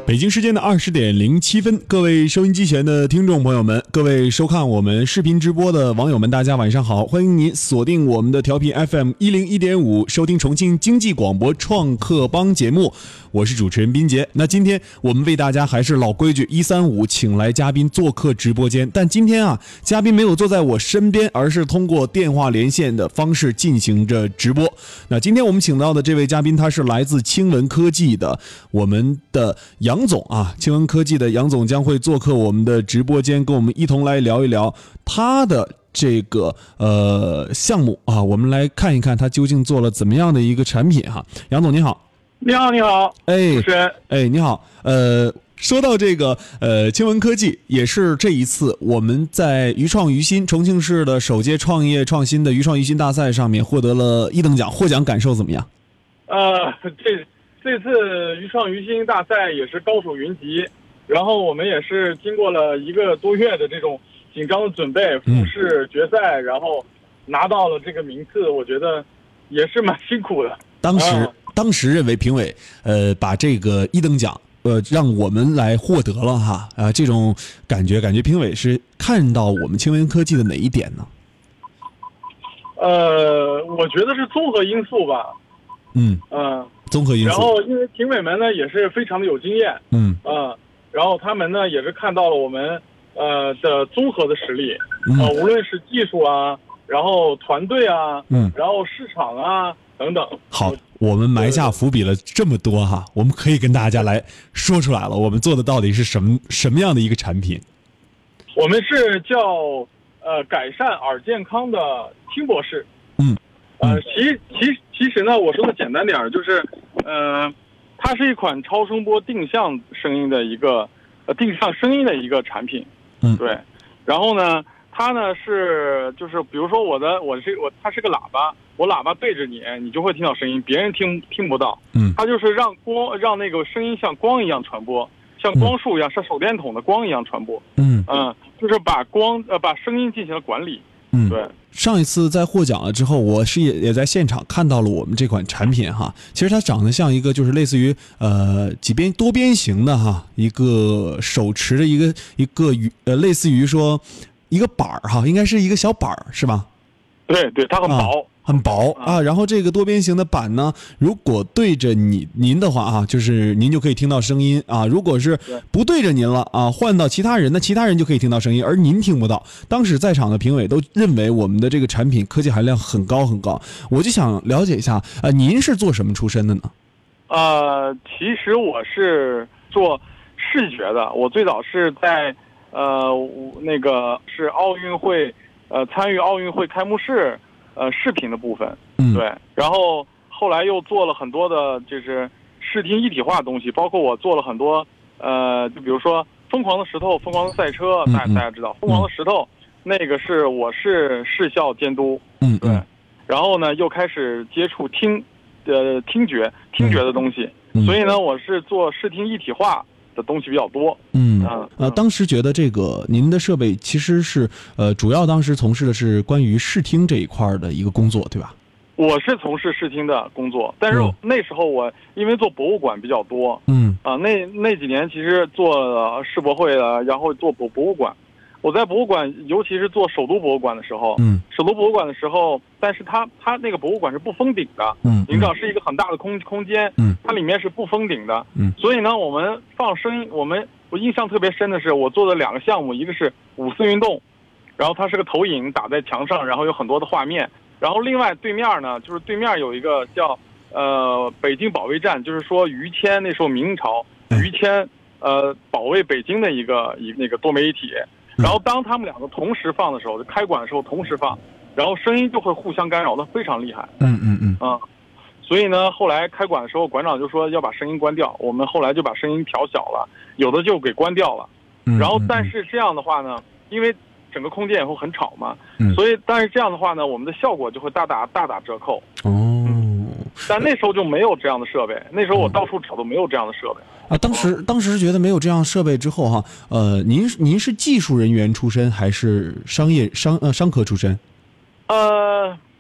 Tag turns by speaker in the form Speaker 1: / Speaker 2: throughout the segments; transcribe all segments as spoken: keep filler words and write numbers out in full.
Speaker 1: 北京时间的二十点零七分，各位收音机前的听众朋友们，各位收看我们视频直播的网友们，大家晚上好！欢迎您锁定我们的调频 F M 一零一点五，收听重庆经济广播创客帮节目，我是主持人斌杰。那今天我们为大家还是老规矩，一三五请来嘉宾做客直播间，但今天啊，嘉宾没有坐在我身边，而是通过电话连线的方式进行着直播。那今天我们请到的这位嘉宾，他是来自青文科技的我们的杨总啊，青文科技的杨总将会做客我们的直播间，跟我们一同来聊一聊他的这个呃项目啊，我们来看一看他究竟做了怎么样的一个产品哈。杨总你好。
Speaker 2: 你好，你好，
Speaker 1: 哎，
Speaker 2: 主持人，
Speaker 1: 哎，你好，呃，说到这个，呃，青文科技也是这一次我们在愉创愉新重庆市的首届创业创新的愉创愉新大赛上面获得了一等奖，获奖感受怎么样？
Speaker 2: 呃，这这次愉创愉新大赛也是高手云集，然后我们也是经过了一个多月的这种紧张的准备，复试决赛，然后拿到了这个名次，我觉得也是蛮辛苦的。
Speaker 1: 当时。啊当时认为评委呃把这个一等奖呃让我们来获得了哈啊、呃、这种感觉感觉评委是看到我们青文科技的哪一点呢？
Speaker 2: 呃，我觉得是综合因素吧。
Speaker 1: 嗯
Speaker 2: 嗯、呃，
Speaker 1: 综合因素。
Speaker 2: 然后因为评委们呢也是非常的有经验。
Speaker 1: 嗯
Speaker 2: 呃，然后他们呢也是看到了我们呃的综合的实力，
Speaker 1: 嗯、
Speaker 2: 呃，无论是技术啊，然后团队啊，
Speaker 1: 嗯，
Speaker 2: 然后市场啊等等。
Speaker 1: 好。我们埋下伏笔了这么多哈，我们可以跟大家来说出来了，我们做的到底是什么什么样的一个产品？
Speaker 2: 我们是叫呃改善耳健康的听博士。
Speaker 1: 嗯，
Speaker 2: 呃，其其其实呢，我说的简单点，就是呃，它是一款超声波定向声音的一个呃定向声音的一个产品。
Speaker 1: 嗯，
Speaker 2: 对。然后呢，它呢是就是比如说我的我是我它是个喇叭。我喇叭对着你，你就会听到声音，别人听听不到。
Speaker 1: 嗯，
Speaker 2: 它就是让光让那个声音像光一样传播，像光束一样，像手电筒的光一样传播。
Speaker 1: 嗯
Speaker 2: 嗯，就是把光呃把声音进行了管理。
Speaker 1: 嗯，
Speaker 2: 对。
Speaker 1: 上一次在获奖了之后，我是也也在现场看到了我们这款产品哈。其实它长得像一个就是类似于呃几边多边形的哈，一个手持的一个一个呃类似于说一个板儿哈，应该是一个小板儿是吧？
Speaker 2: 对对，它很薄。
Speaker 1: 啊很薄啊，然后这个多边形的板呢，如果对着你您的话啊，就是您就可以听到声音啊；如果是不对着您了啊，换到其他人，那其他人就可以听到声音，而您听不到。当时在场的评委都认为我们的这个产品科技含量很高很高，我就想了解一下，呃，您是做什么出身的呢？
Speaker 2: 呃，其实我是做视觉的，我最早是在呃那个是奥运会呃参与奥运会开幕式。呃，视频的部分，
Speaker 1: 嗯，
Speaker 2: 对，然后后来又做了很多的，就是视听一体化的东西，包括我做了很多，呃，就比如说《疯狂的石头》《疯狂的赛车》，大家大家知道，《疯狂的石头》那个是我是视效监督，
Speaker 1: 嗯，
Speaker 2: 对，然后呢又开始接触听，呃，听觉听觉的东西，
Speaker 1: 嗯、
Speaker 2: 所以呢我是做视听一体化的东西比较多。
Speaker 1: 嗯呃，当时觉得这个您的设备其实是呃，主要当时从事的是关于视听这一块的一个工作，对吧？
Speaker 2: 我是从事视听的工作，但是那时候我因为做博物馆比较多，
Speaker 1: 嗯
Speaker 2: 啊，那那几年其实做世博会的，然后做博博物馆。我在博物馆，尤其是做首都博物馆的时候，
Speaker 1: 嗯，
Speaker 2: 首都博物馆的时候，但是它它那个博物馆是不封顶的，
Speaker 1: 嗯，
Speaker 2: 您知道是一个很大的空空间，
Speaker 1: 嗯，
Speaker 2: 它里面是不封顶的，
Speaker 1: 嗯，
Speaker 2: 所以呢，我们放声音，我们我印象特别深的是，我做的两个项目，一个是五四运动，然后它是个投影打在墙上，然后有很多的画面，然后另外对面呢，就是对面有一个叫呃北京保卫战，就是说于谦那时候明朝于谦呃保卫北京的一个一那个多媒体。然后当他们两个同时放的时候，就开馆的时候同时放，然后声音就会互相干扰的非常厉害。
Speaker 1: 嗯嗯嗯
Speaker 2: 啊，所以呢，后来开馆的时候，馆长就说要把声音关掉，我们后来就把声音调小了，有的就给关掉了。然后但是这样的话呢，因为整个空间也会很吵嘛，所以但是这样的话呢，我们的效果就会大打大打折扣。
Speaker 1: 哦。
Speaker 2: 但那时候就没有这样的设备，那时候我到处找都没有这样的设备。
Speaker 1: 啊，当时当时觉得没有这样设备之后哈，呃，您您是技术人员出身还是商业商呃商科出身？
Speaker 2: 呃，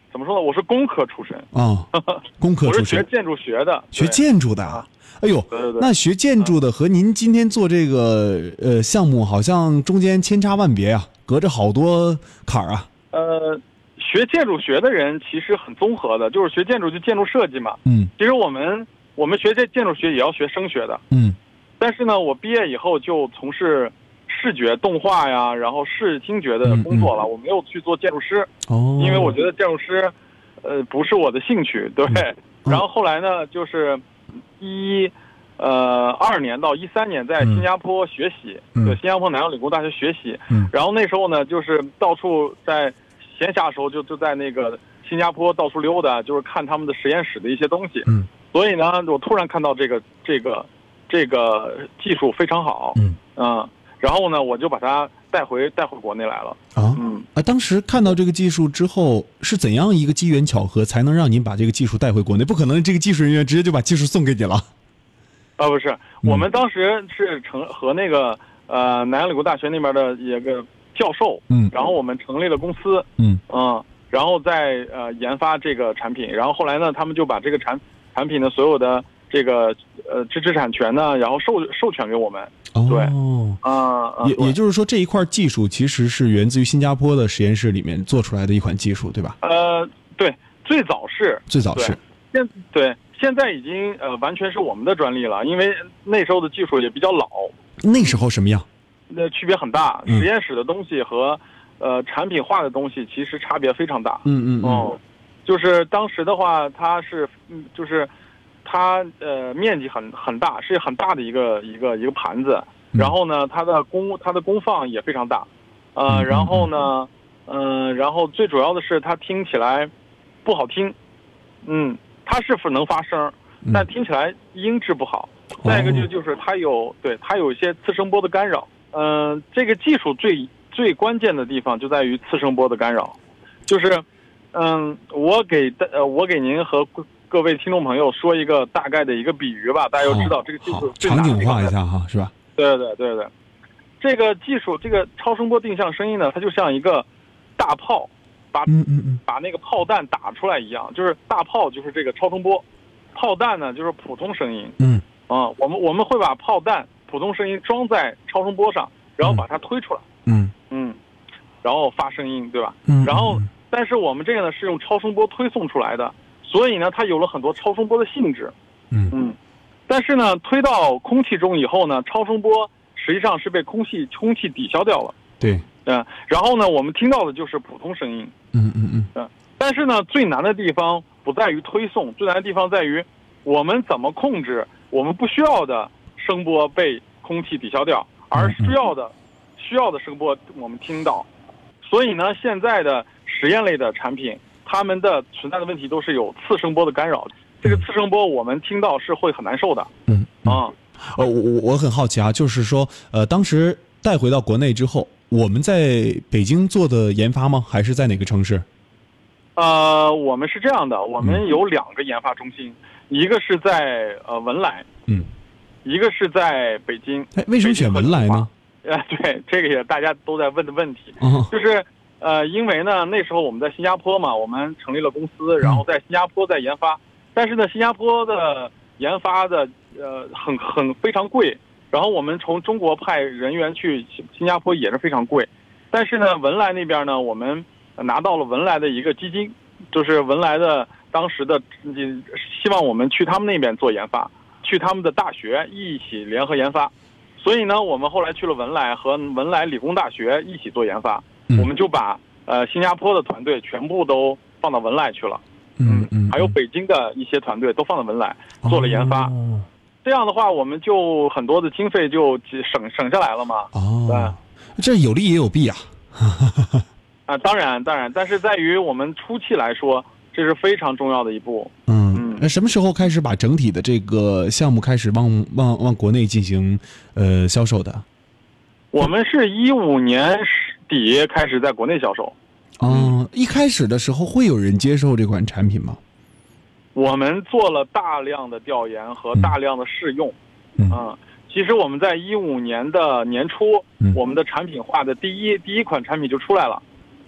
Speaker 2: 怎么说呢？我是工科出身
Speaker 1: 啊，工科出身，
Speaker 2: 我是学建筑学的，
Speaker 1: 学建筑的啊。哎呦，
Speaker 2: 对对对，
Speaker 1: 那学建筑的和您今天做这个呃项目，好像中间千差万别啊，隔着好多坎儿啊。
Speaker 2: 呃，学建筑学的人其实很综合的，就是学建筑就建筑设计嘛。
Speaker 1: 嗯，
Speaker 2: 其实我们我们学这建筑学也要学声学的。
Speaker 1: 嗯，
Speaker 2: 但是呢，我毕业以后就从事视觉动画呀，然后视听觉的工作了。嗯嗯、我没有去做建筑师，
Speaker 1: 哦，
Speaker 2: 因为我觉得建筑师，呃，不是我的兴趣，对。嗯、然后后来呢，就是一，呃，二年到一三年在新加坡学习，
Speaker 1: 嗯、
Speaker 2: 对，新加坡南洋理工大学学习。
Speaker 1: 嗯。
Speaker 2: 然后那时候呢，就是到处在闲暇的时候就就在那个新加坡到处溜达，就是看他们的实验室的一些东西。
Speaker 1: 嗯。
Speaker 2: 所以呢，我突然看到这个这个这个技术非常好。
Speaker 1: 嗯。
Speaker 2: 嗯。然后呢，我就把它带回带回国内来了。
Speaker 1: 啊，
Speaker 2: 嗯
Speaker 1: 啊，当时看到这个技术之后，是怎样一个机缘巧合才能让您把这个技术带回国内？不可能这个技术人员直接就把技术送给你了。
Speaker 2: 啊，不是，我们当时是成和那个呃南洋理工大学那边的一个教授，
Speaker 1: 嗯，
Speaker 2: 然后我们成立了公司，
Speaker 1: 嗯
Speaker 2: 嗯，然后再呃研发这个产品，然后后来呢，他们就把这个产产品的所有的这个呃知识产权呢，然后授授权给我们。
Speaker 1: 哦，
Speaker 2: 对，啊、呃，
Speaker 1: 也也就是说，这一块技术其实是源自于新加坡的实验室里面做出来的一款技术，对吧？
Speaker 2: 呃，对，最早是，
Speaker 1: 最早是，
Speaker 2: 现对，现在已经呃完全是我们的专利了，因为那时候的技术也比较老。
Speaker 1: 那时候什么样？
Speaker 2: 那区别很大，
Speaker 1: 嗯、
Speaker 2: 实验室的东西和呃产品化的东西其实差别非常大。
Speaker 1: 嗯嗯嗯、
Speaker 2: 哦，就是当时的话，它是嗯就是。它呃面积很很大，是很大的一个一个一个盘子，然后呢，它的功它的功放也非常大，呃，然后呢，嗯、呃，然后最主要的是它听起来不好听，嗯，它是能发声，但听起来音质不好。再一个就就是它有对它有一些次声波的干扰，嗯、呃，这个技术最最关键的地方就在于次声波的干扰，就是，嗯，我给呃我给您和。各位听众朋友，说一个大概的一个比喻吧，大家要知道这个技术
Speaker 1: 场景化一下哈，是吧？
Speaker 2: 对对对对，这个技术，这个超声波定向声音呢，它就像一个大炮，把
Speaker 1: 嗯嗯嗯
Speaker 2: 把那个炮弹打出来一样，就是大炮就是这个超声波，炮弹呢就是普通声音。
Speaker 1: 嗯
Speaker 2: 啊、嗯，我们我们会把炮弹普通声音装在超声波上，然后把它推出来。
Speaker 1: 嗯
Speaker 2: 嗯，然后发声音，对吧？
Speaker 1: 嗯，
Speaker 2: 然后但是我们这个呢是用超声波推送出来的。所以呢，它有了很多超声波的性质，
Speaker 1: 嗯
Speaker 2: 嗯，但是呢，推到空气中以后呢，超声波实际上是被空气空气抵消掉了，
Speaker 1: 对，
Speaker 2: 嗯，然后呢，我们听到的就是普通声音，
Speaker 1: 嗯嗯嗯，
Speaker 2: 嗯，但是呢，最难的地方不在于推送，最难的地方在于我们怎么控制我们不需要的声波被空气抵消掉，而需要的、嗯、需要的声波我们听到，所以呢，现在的实验类的产品。他们的存在的问题都是有次声波的干扰，这个次声波我们听到是会很难受的。
Speaker 1: 嗯
Speaker 2: 啊，
Speaker 1: 呃，我我很好奇啊，就是说，呃，当时带回到国内之后，我们在北京做的研发吗？还是在哪个城市？
Speaker 2: 呃，我们是这样的，我们有两个研发中心，嗯、一个是在呃文莱，
Speaker 1: 嗯，
Speaker 2: 一个是在北京。
Speaker 1: 哎，为什么选文莱呢？
Speaker 2: 呃，对，这个也大家都在问的问题，
Speaker 1: 哦、
Speaker 2: 就是。呃，因为呢，那时候我们在新加坡嘛，我们成立了公司，然后在新加坡在研发，嗯、但是呢，新加坡的研发的呃很很非常贵，然后我们从中国派人员去新加坡也是非常贵，但是呢，文莱那边呢，我们拿到了文莱的一个基金，就是文莱的当时的希望我们去他们那边做研发，去他们的大学一起联合研发，所以呢，我们后来去了文莱和文莱理工大学一起做研发。我们就把呃新加坡的团队全部都放到文莱去了，
Speaker 1: 嗯嗯，
Speaker 2: 还有北京的一些团队都放到文莱做了研发，
Speaker 1: 哦、
Speaker 2: 这样的话我们就很多的经费就省省下来了嘛。
Speaker 1: 哦，对，这有利也有弊啊。
Speaker 2: 啊，当然当然，但是在于我们初期来说，这是非常重要的一步。
Speaker 1: 嗯，那什么时候开始把整体的这个项目开始往往往国内进行呃销售的？
Speaker 2: 我们是一五年底开始在国内销售。
Speaker 1: 嗯，一开始的时候会有人接受这款产品吗？
Speaker 2: 我们做了大量的调研和大量的试用。
Speaker 1: 嗯，
Speaker 2: 嗯其实我们在一五年的年初，
Speaker 1: 嗯、
Speaker 2: 我们的产品化的第一第一款产品就出来了。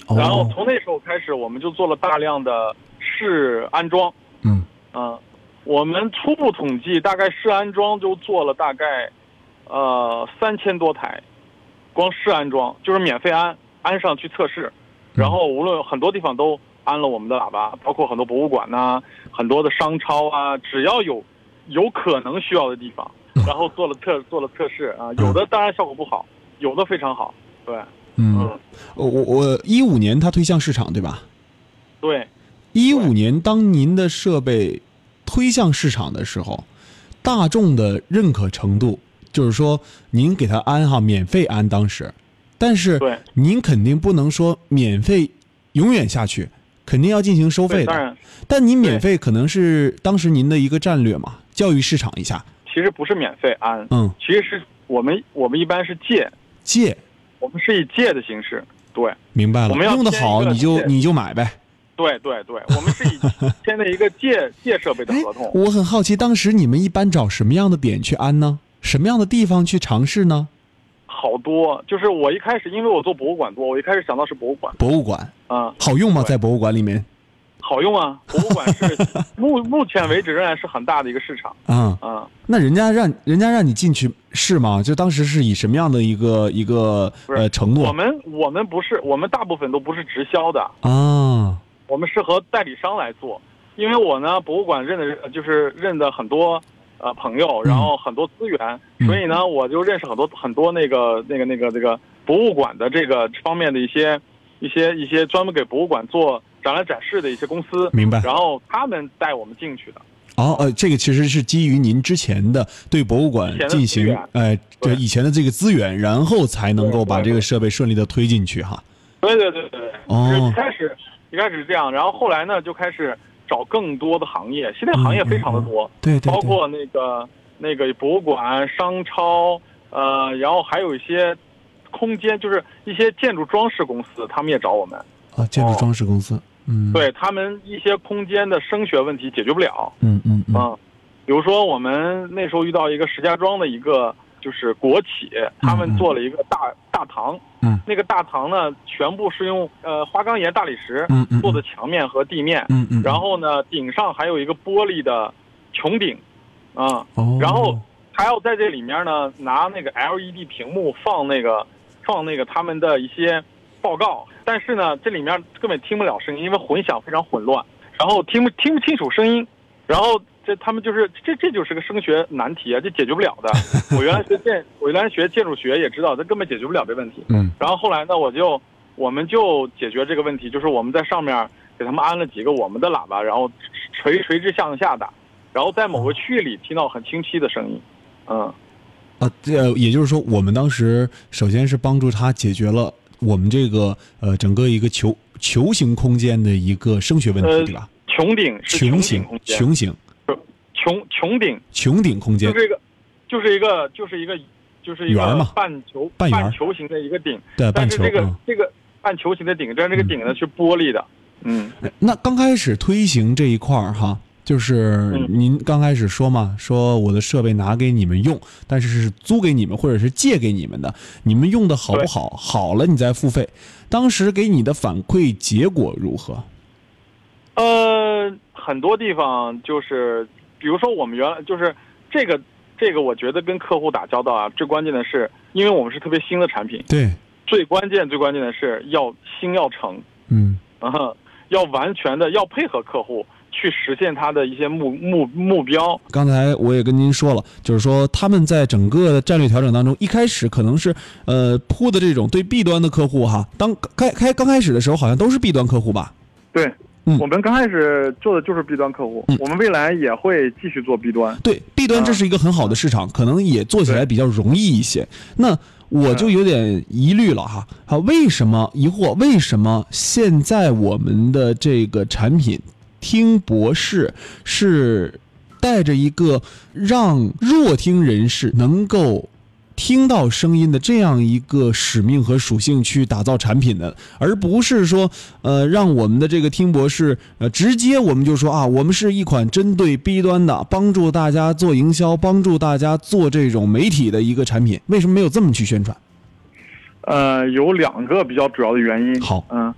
Speaker 1: 哦、
Speaker 2: 然后从那时候开始，我们就做了大量的试安装。
Speaker 1: 嗯
Speaker 2: 嗯、呃，我们初步统计，大概试安装就做了大概呃三千多台，光试安装就是免费安安上去测试，然后无论很多地方都安了我们的喇叭，包括很多博物馆呐、啊，很多的商超啊，只要有有可能需要的地方，然后做了测做了测试啊，有的当然效果不好，有的非常好。对，
Speaker 1: 嗯，嗯我我一五年它推向市场对吧？
Speaker 2: 对，
Speaker 1: 一五年当您的设备推向市场的时候，大众的认可程度，就是说您给他安哈免费安当时，但是您肯定不能说免费永远下去，肯定要进行收费的。当然，但您免费可能是当时您的一个战略嘛，教育市场一下。
Speaker 2: 其实不是免费安，嗯，其实是我们我们一般是借
Speaker 1: 借，我
Speaker 2: 们是以借的形式。对，
Speaker 1: 明白了。我们用的好你就你就买呗。
Speaker 2: 对对对，我们是以签的一个借借设备的合同。
Speaker 1: 我很好奇，当时你们一般找什么样的点去安呢？什么样的地方去尝试呢？
Speaker 2: 好多，就是我一开始，因为我做博物馆多，我一开始想到是博物馆。
Speaker 1: 博物馆啊、嗯，好用吗？在博物馆里面？
Speaker 2: 好用啊！博物馆是目目前为止仍然是很大的一个市场
Speaker 1: 啊啊、嗯！那人家让人家让你进去是吗？就当时是以什么样的一个一个呃承诺？
Speaker 2: 我们我们不是，我们大部分都不是直销的
Speaker 1: 啊。
Speaker 2: 我们是和代理商来做，因为我呢，博物馆认的就是认的很多呃朋友，然后很多资源，嗯、所以呢，我就认识很多很多那个那个那个这个博物馆的这个方面的一些一些一些专门给博物馆做展览展示的一些公司，
Speaker 1: 明白？
Speaker 2: 然后他们带我们进去的。
Speaker 1: 哦，呃，这个其实是基于您之前的对博物馆进行，呃，这以前的这个资源，然后才能够把这个设备顺利的推进去哈。
Speaker 2: 对对对对，哦，一开始。一开始是这样，然后后来呢，就开始找更多的行业。现在行业非常的多，
Speaker 1: 嗯嗯、对, 对, 对，
Speaker 2: 包括那个那个博物馆、商超，呃，然后还有一些空间，就是一些建筑装饰公司，他们也找我们。
Speaker 1: 啊，建筑装饰公司，
Speaker 2: 哦、
Speaker 1: 嗯，
Speaker 2: 对他们一些空间的声学问题解决不了，
Speaker 1: 嗯嗯嗯，
Speaker 2: 啊，比如说我们那时候遇到一个石家庄的一个就是国企，他们做了一个大、嗯、大堂。
Speaker 1: 嗯，
Speaker 2: 那个大堂呢，全部是用呃花岗岩大理石做的墙面和地面，
Speaker 1: 嗯 嗯, 嗯，
Speaker 2: 然后呢，顶上还有一个玻璃的穹顶，啊、
Speaker 1: 哦，
Speaker 2: 然后还要在这里面呢拿那个 L E D 屏幕放那个放那个他们的一些报告，但是呢，这里面根本听不了声音，因为混响非常混乱，然后听不听不清楚声音，然后。这他们就是这这就是个声学难题啊，这解决不了的。我原来学建，我原来学建筑学也知道，这根本解决不了这问题。
Speaker 1: 嗯。
Speaker 2: 然后后来呢，我就我们就解决这个问题，就是我们在上面给他们安了几个我们的喇叭，然后垂垂直向下打，然后在某个区域里听到很清晰的声音。嗯。
Speaker 1: 啊，这也就是说，我们当时首先是帮助他解决了我们这个呃整个一个球球形空间的一个声学问题，
Speaker 2: 呃、
Speaker 1: 对吧？
Speaker 2: 穹顶是
Speaker 1: 穹形，穹形。
Speaker 2: 穹穹顶，
Speaker 1: 穹顶空间
Speaker 2: 就是一个，就是一个，就是一个，就是一个半球
Speaker 1: 半
Speaker 2: 半球形的一个顶。
Speaker 1: 对，
Speaker 2: 但是这个、
Speaker 1: 嗯、
Speaker 2: 这个半球形的顶，但是这个顶呢、嗯、是玻璃的。嗯，
Speaker 1: 那刚开始推行这一块儿哈，就是您刚开始说嘛，说我的设备拿给你们用，但是是租给你们或者是借给你们的，你们用的好不好？好了你再付费。当时给你的反馈结果如何？
Speaker 2: 呃，很多地方就是。比如说，我们原来就是这个这个，我觉得跟客户打交道啊，最关键的是，因为我们是特别新的产品，
Speaker 1: 对，
Speaker 2: 最关键最关键的是要心要诚，
Speaker 1: 嗯，
Speaker 2: 啊，要完全的要配合客户去实现他的一些目目目标。
Speaker 1: 刚才我也跟您说了，就是说他们在整个战略调整当中，一开始可能是呃铺的这种对 B 端的客户哈，当开开刚开始的时候好像都是 B 端客户吧？
Speaker 2: 对。
Speaker 1: 嗯，
Speaker 2: 我们刚开始做的就是 B 端客户，嗯，我们未来也会继续做 B 端。
Speaker 1: 对 B 端，这是一个很好的市场，嗯、可能也做起来比较容易一些。那我就有点疑虑了哈，啊，为什么疑惑？为什么现在我们的这个产品听博士是带着一个让弱听人士能够听到声音的这样一个使命和属性去打造产品的，而不是说呃让我们的这个听博士呃直接我们就说啊，我们是一款针对 B 端的，帮助大家做营销，帮助大家做这种媒体的一个产品，为什么没有这么去宣传？
Speaker 2: 呃，有两个比较主要的原因。
Speaker 1: 好，
Speaker 2: 嗯，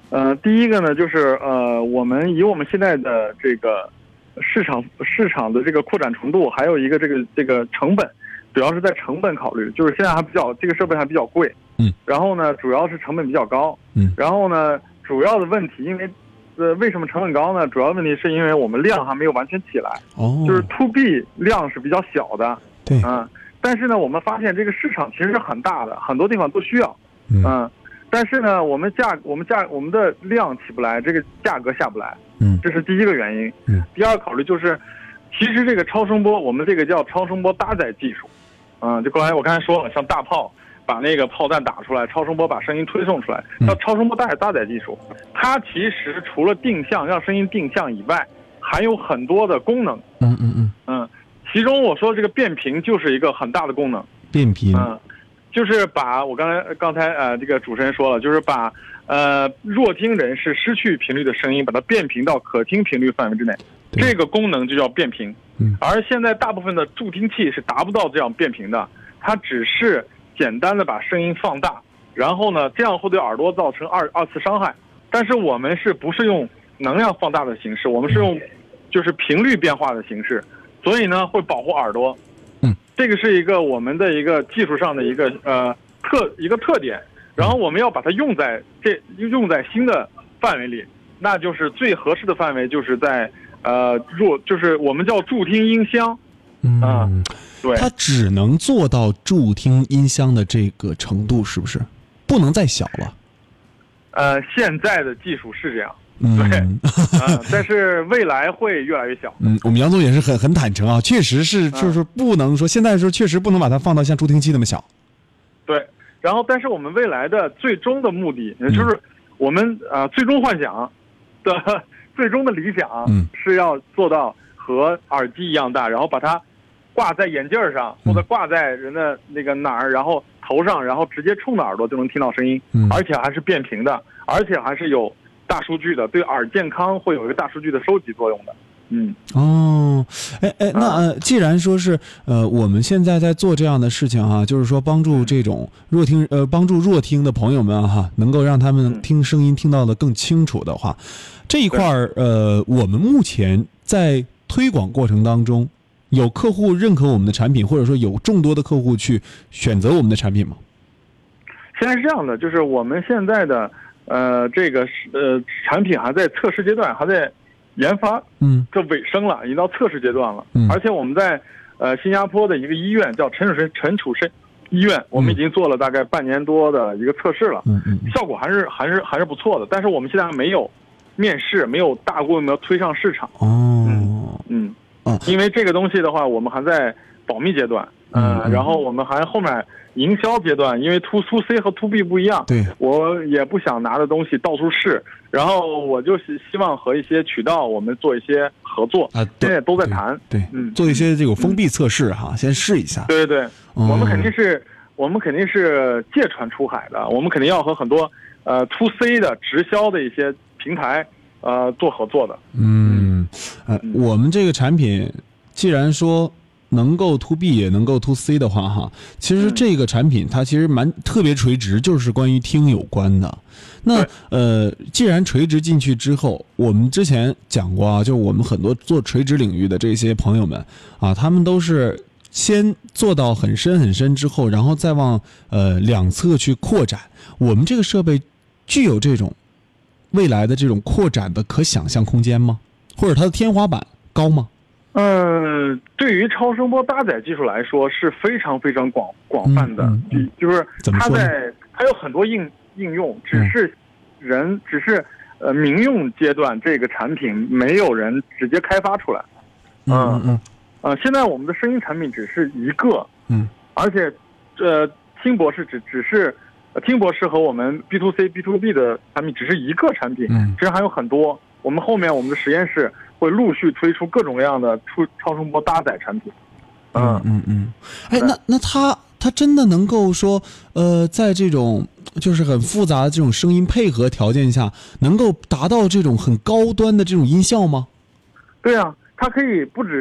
Speaker 2: 呃，第一个呢，就是呃，我们以我们现在的这个市场市场的这个扩展程度，还有一个这个这个成本，主要是在成本考虑，就是现在还比较这个设备还比较贵，
Speaker 1: 嗯，
Speaker 2: 然后呢，主要是成本比较高，
Speaker 1: 嗯，
Speaker 2: 然后呢，主要的问题，因为呃，为什么成本高呢？主要问题是因为我们量还没有完全起来，
Speaker 1: 哦，
Speaker 2: 就是 to B 量是比较小的，
Speaker 1: 对，
Speaker 2: 嗯，但是呢，我们发现这个市场其实是很大的，很多地方都需要，
Speaker 1: 嗯。
Speaker 2: 嗯，但是呢，我们价我们价我们的量起不来，这个价格下不来，
Speaker 1: 嗯，
Speaker 2: 这是第一个原因。
Speaker 1: 嗯，
Speaker 2: 第二个考虑就是，其实这个超声波，我们这个叫超声波搭载技术，嗯，就刚才我刚才说了，像大炮把那个炮弹打出来，超声波把声音推送出来，叫超声波搭载搭载技术。它其实除了定向让声音定向以外，还有很多的功能。
Speaker 1: 嗯嗯嗯
Speaker 2: 嗯，其中我说这个变频就是一个很大的功能。
Speaker 1: 变频。
Speaker 2: 嗯。就是把我刚才刚才呃这个主持人说了，就是把呃弱听人士失去频率的声音，把它变频到可听频率范围之内，这个功能就叫变频。
Speaker 1: 嗯，
Speaker 2: 而现在大部分的助听器是达不到这样变频的，它只是简单的把声音放大，然后呢这样会对耳朵造成二二次伤害。但是我们是不是用能量放大的形式？我们是用就是频率变化的形式，所以呢会保护耳朵。
Speaker 1: 嗯，
Speaker 2: 这个是一个我们的一个技术上的一个呃特一个特点，然后我们要把它用在这用在新的范围里，那就是最合适的范围就是在呃弱就是我们叫助听音箱，
Speaker 1: 嗯、
Speaker 2: 啊，对，
Speaker 1: 它只能做到助听音箱的这个程度，是不是？不能再小了。
Speaker 2: 呃，现在的技术是这样。
Speaker 1: 嗯，
Speaker 2: 对，嗯，但是未来会越来越小。
Speaker 1: 嗯，我们杨总也是很很坦诚啊，确实是，就是不能说、嗯、现在说确实不能把它放到像助听器那么小。
Speaker 2: 对，然后但是我们未来的最终的目的，也就是我们啊、呃、最终幻想的最终的理想，
Speaker 1: 嗯，
Speaker 2: 是要做到和耳机一样大，然后把它挂在眼镜上，或者挂在人的那个哪儿，然后头上，然后直接冲着耳朵就能听到声音，
Speaker 1: 嗯，
Speaker 2: 而且还是变频的，而且还是有大数据的，对耳健康会有一个大数据的收集作用的。嗯，
Speaker 1: 哦，哎哎，那、呃、既然说是呃我们现在在做这样的事情哈、啊，就是说帮助这种弱听呃帮助弱听的朋友们哈、啊，能够让他们听声音听到的更清楚的话，这一块儿呃我们目前在推广过程当中，有客户认可我们的产品，或者说有众多的客户去选择我们的产品吗？
Speaker 2: 现在是这样的，就是我们现在的。呃，这个呃产品还在测试阶段，还在研发，
Speaker 1: 嗯，
Speaker 2: 这尾声了，已经到测试阶段了。
Speaker 1: 嗯，
Speaker 2: 而且我们在呃新加坡的一个医院叫陈楚生陈楚生医院，我们已经做了大概半年多的一个测试了，
Speaker 1: 嗯嗯，
Speaker 2: 效果还是还是还是不错的。但是我们现在还没有面试，没有大规模推上市场。
Speaker 1: 哦，
Speaker 2: 嗯嗯，啊，因为这个东西的话，我们还在保密阶段，嗯、呃，然后我们还后面。营销阶段，因为 to to C 和 to B 不一样，
Speaker 1: 对，
Speaker 2: 我也不想拿的东西到处试，然后我就希希望和一些渠道我们做一些合作
Speaker 1: 啊，
Speaker 2: 现在都在谈，
Speaker 1: 对，嗯，做一些这个封闭测试哈，嗯、先试一下。
Speaker 2: 对对对，
Speaker 1: 嗯、
Speaker 2: 我们肯定是，我们肯定是借船出海的，我们肯定要和很多呃 to C 的直销的一些平台呃做合作的。
Speaker 1: 嗯，呃，我们这个产品既然说。能够 to B 也能够 to C 的话哈，其实这个产品它其实蛮特别垂直，就是关于听有关的。那呃，既然垂直进去之后，我们之前讲过啊，就是我们很多做垂直领域的这些朋友们啊，他们都是先做到很深很深之后，然后再往呃两侧去扩展。我们这个设备具有这种未来的这种扩展的可想象空间吗？或者它的天花板高吗？
Speaker 2: 嗯，对于超声波搭载技术来说是非常非常广广泛的，
Speaker 1: 嗯嗯、
Speaker 2: 就是它在它有很多应应用，只是人、嗯、只是呃民用阶段这个产品没有人直接开发出来。
Speaker 1: 嗯嗯嗯。
Speaker 2: 呃，现在我们的声音产品只是一个，
Speaker 1: 嗯，
Speaker 2: 而且呃听博士只只是呃听博士和我们 B to C、B to B 的产品只是一个产品，
Speaker 1: 嗯，
Speaker 2: 其实还有很多。我们后面我们的实验室会陆续推出各种各样的出超声波搭载产品。
Speaker 1: 嗯嗯嗯，哎，那那它它真的能够说，呃，在这种就是很复杂的这种声音配合条件下，能够达到这种很高端的这种音效吗？
Speaker 2: 对啊，它可以不只是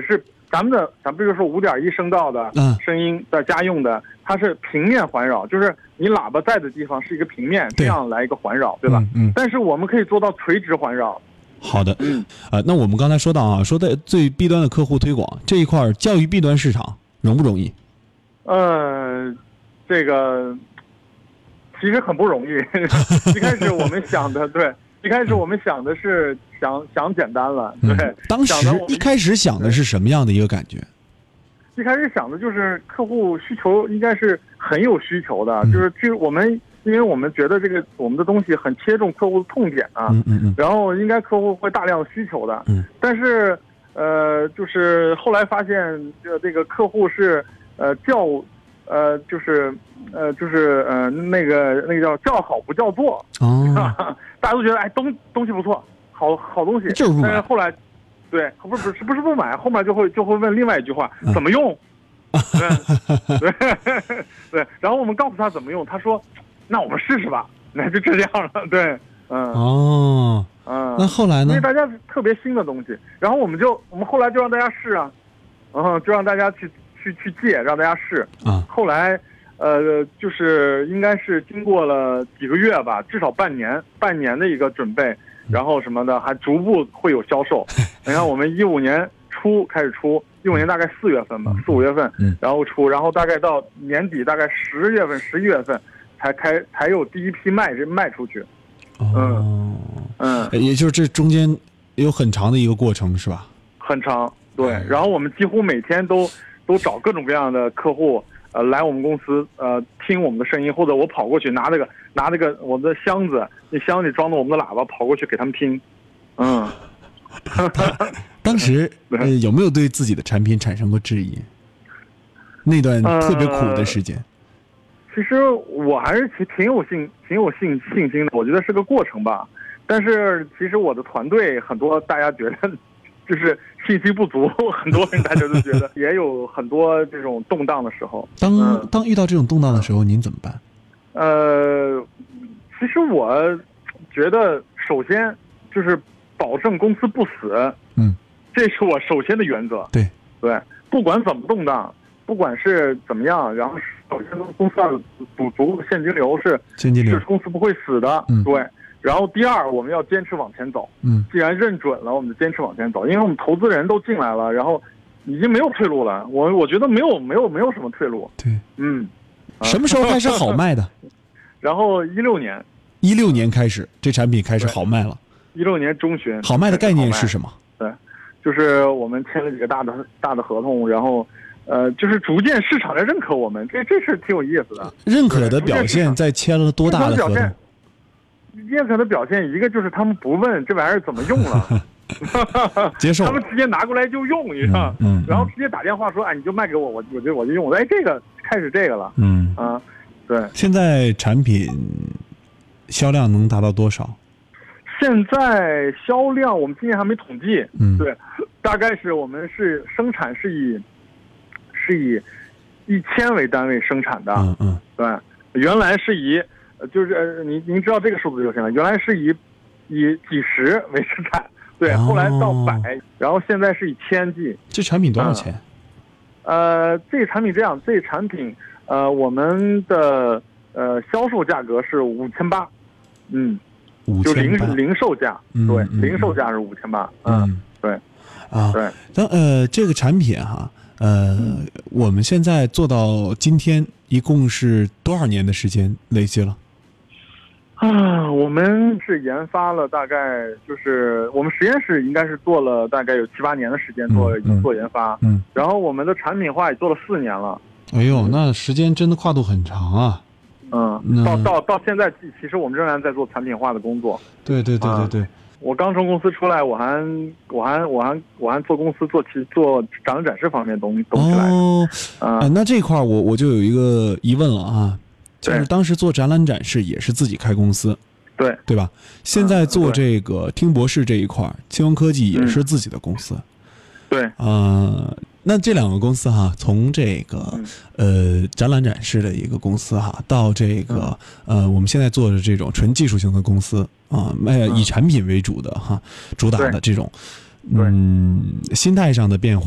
Speaker 2: 咱们的咱比如说五点一声道的声音的家用的，它是平面环绕，就是你喇叭在的地方是一个平面，这样来一个环绕，对吧？
Speaker 1: 嗯。
Speaker 2: 但是我们可以做到垂直环绕。
Speaker 1: 好的，
Speaker 2: 嗯，
Speaker 1: 呃，那我们刚才说到啊，说在最 B 端的客户推广这一块，教育 B 端市场容不容易？
Speaker 2: 呃，这个其实很不容易。一开始我们想的，对，一开始我们想的是想想简单了，对。
Speaker 1: 嗯、当时一开始想的是什么样的一个感觉？
Speaker 2: 一开始想的就是客户需求应该是很有需求的，嗯、就是就是我们。因为我们觉得这个我们的东西很切中客户的痛点啊，
Speaker 1: 嗯嗯嗯，
Speaker 2: 然后应该客户会大量需求的，
Speaker 1: 嗯，
Speaker 2: 但是呃，就是后来发现，这这个客户是呃叫呃就是呃就是呃那个那个叫叫好不叫座，
Speaker 1: 哦，
Speaker 2: 大家都觉得哎东东西不错，好好东西，
Speaker 1: 就是不买，
Speaker 2: 但是后来对不是不是不是不买，后面就会就会问另外一句话，嗯、怎么用？对对对，然后我们告诉他怎么用，他说。那我们试试吧，那就这样了，对，嗯，
Speaker 1: 哦，
Speaker 2: 嗯，
Speaker 1: 那后来呢？
Speaker 2: 因为大家特别新的东西，然后我们就我们后来就让大家试啊，嗯，就让大家去去去借，让大家试
Speaker 1: 啊。
Speaker 2: 后来，呃，就是应该是经过了几个月吧，至少半年，半年的一个准备，然后什么的，还逐步会有销售。你看，我们一五年初开始出，一五年大概四月份吧，四五月份，然后出，然后大概到年底，大概十月份、十一月份。才开才有第一批卖这卖出去，
Speaker 1: 哦，
Speaker 2: 嗯，
Speaker 1: 也就是这中间有很长的一个过程，是吧？
Speaker 2: 很长，对。然后我们几乎每天都都找各种各样的客户，呃，来我们公司，呃，听我们的声音，或者我跑过去拿那个拿那个我的箱子，那箱里装的我们的喇叭，跑过去给他们听，嗯。
Speaker 1: 当时呃有没有对自己的产品产生过质疑？那段特别苦的时间。呃
Speaker 2: 其实我还是挺挺有信挺有信信心的，我觉得是个过程吧。但是其实我的团队很多，大家觉得就是信息不足，很多人大家都觉得也有很多这种动荡的时候。
Speaker 1: 当、
Speaker 2: 嗯、
Speaker 1: 当遇到这种动荡的时候，您怎么办？
Speaker 2: 呃，其实我觉得首先就是保证公司不死，
Speaker 1: 嗯，
Speaker 2: 这是我首先的原则。
Speaker 1: 对
Speaker 2: 对，不管怎么动荡，不管是怎么样，然后。首先，公司要补足的现金流是
Speaker 1: 现金流，
Speaker 2: 是公司不会死的，
Speaker 1: 嗯，
Speaker 2: 对。然后第二，我们要坚持往前走，
Speaker 1: 嗯，
Speaker 2: 既然认准了，我们就坚持往前走，因为我们投资人都进来了，然后已经没有退路了。我我觉得没有没有没有什么退路，
Speaker 1: 对，
Speaker 2: 嗯。
Speaker 1: 什么时候开始好卖的？
Speaker 2: 然后一六年，
Speaker 1: 一六年开始，这产品开始好卖了。
Speaker 2: 一六年中旬，
Speaker 1: 好卖的概念是什么？
Speaker 2: 对，就是我们签了几个大的大的合同，然后。呃，就是逐渐市场在认可我们，这这是挺有意思的。
Speaker 1: 认可的表现在签了多大的合同？
Speaker 2: 认可的表现，一个就是他们不问这玩意儿怎么用了，
Speaker 1: 接受，
Speaker 2: 他们直接拿过来就用，你知道，
Speaker 1: 嗯，
Speaker 2: 然后直接打电话说，哎，你就卖给我，我我就我就用，哎，这个开始这个了，
Speaker 1: 嗯
Speaker 2: 啊，对。
Speaker 1: 现在产品销量能达到多少？
Speaker 2: 现在销量我们今年还没统计，
Speaker 1: 嗯，
Speaker 2: 对，大概是我们是生产是以。是以一千为单位生产的，
Speaker 1: 嗯嗯，
Speaker 2: 对，原来是以，就是呃，您您知道这个数字就行了。原来是以以几十为生产，对，后来到百，然后现在是以千计。
Speaker 1: 这产品多少钱？
Speaker 2: 嗯、呃，这产品这样，这产品呃，我们的呃销售价格是五千八，嗯，就零零售价，对，
Speaker 1: 嗯、
Speaker 2: 零售价是五千八，嗯，对，
Speaker 1: 啊，
Speaker 2: 对，
Speaker 1: 但呃，这个产品哈。呃，我们现在做到今天，一共是多少年的时间累积了？
Speaker 2: 啊，我们是研发了大概就是我们实验室应该是做了大概有七八年的时间做、嗯、做研发，
Speaker 1: 嗯，
Speaker 2: 然后我们的产品化也做了四年了。
Speaker 1: 哎呦，那时间真的跨度很长啊。
Speaker 2: 嗯，到到到现在，其实我们仍然在做产品化的工作。
Speaker 1: 对对对对对。
Speaker 2: 啊，我刚从公司出来，我还我还我还我还做公司做其做展览展示方面东东西来。
Speaker 1: 哦，
Speaker 2: 啊、
Speaker 1: 呃，那这块我我就有一个疑问了啊，就是当时做展览展示也是自己开公司，
Speaker 2: 对
Speaker 1: 对吧？现在做这个听博士这一块，清风科技也是自己的公司，
Speaker 2: 对，
Speaker 1: 呃，那这两个公司哈，从这个呃展览展示的一个公司哈，到这个呃我们现在做的这种纯技术型的公司。啊，卖以产品为主的哈，主打的这种，嗯，心态上的变化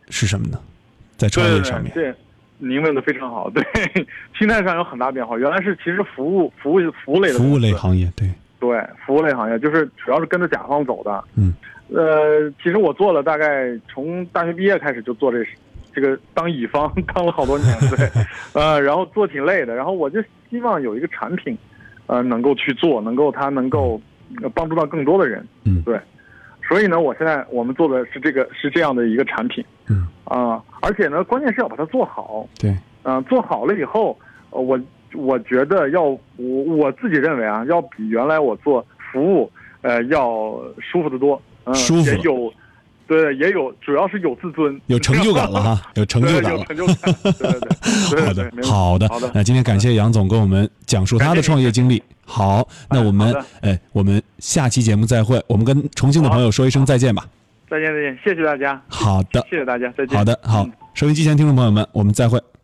Speaker 1: 是什么呢？在创业上面，
Speaker 2: 对，您问的非常好。对，心态上有很大变化。原来是其实服务服务服务类的
Speaker 1: 服务类行业，对
Speaker 2: 对，服务类行业就是主要是跟着甲方走的。
Speaker 1: 嗯，
Speaker 2: 呃，其实我做了大概从大学毕业开始就做这这个当乙方当了好多年，对，呃，然后做挺累的。然后我就希望有一个产品，呃，能够去做，能够它能够帮助到更多的人。
Speaker 1: 嗯，
Speaker 2: 对。所以呢，我现在我们做的是这个是这样的一个产品，
Speaker 1: 嗯
Speaker 2: 啊、呃，而且呢，关键是要把它做好，
Speaker 1: 对，
Speaker 2: 嗯、呃，做好了以后，呃，我我觉得要我我自己认为啊，要比原来我做服务，呃，要舒服得多，嗯、呃，
Speaker 1: 舒服
Speaker 2: 也有，对，也有，主要是有自尊，
Speaker 1: 有成就感了哈，有成就感了，
Speaker 2: 有成就感，对对对，
Speaker 1: 好的，好的，
Speaker 2: 好的。
Speaker 1: 那今天感谢杨总跟我们讲述他的创业经历。好，那我们哎，我们下期节目再会。我们跟重庆的朋友说一声再见吧。
Speaker 2: 再见再见，谢谢大家。
Speaker 1: 好的，
Speaker 2: 谢谢大家，再见。
Speaker 1: 好的，好，收音机前听众朋友们，我们再会。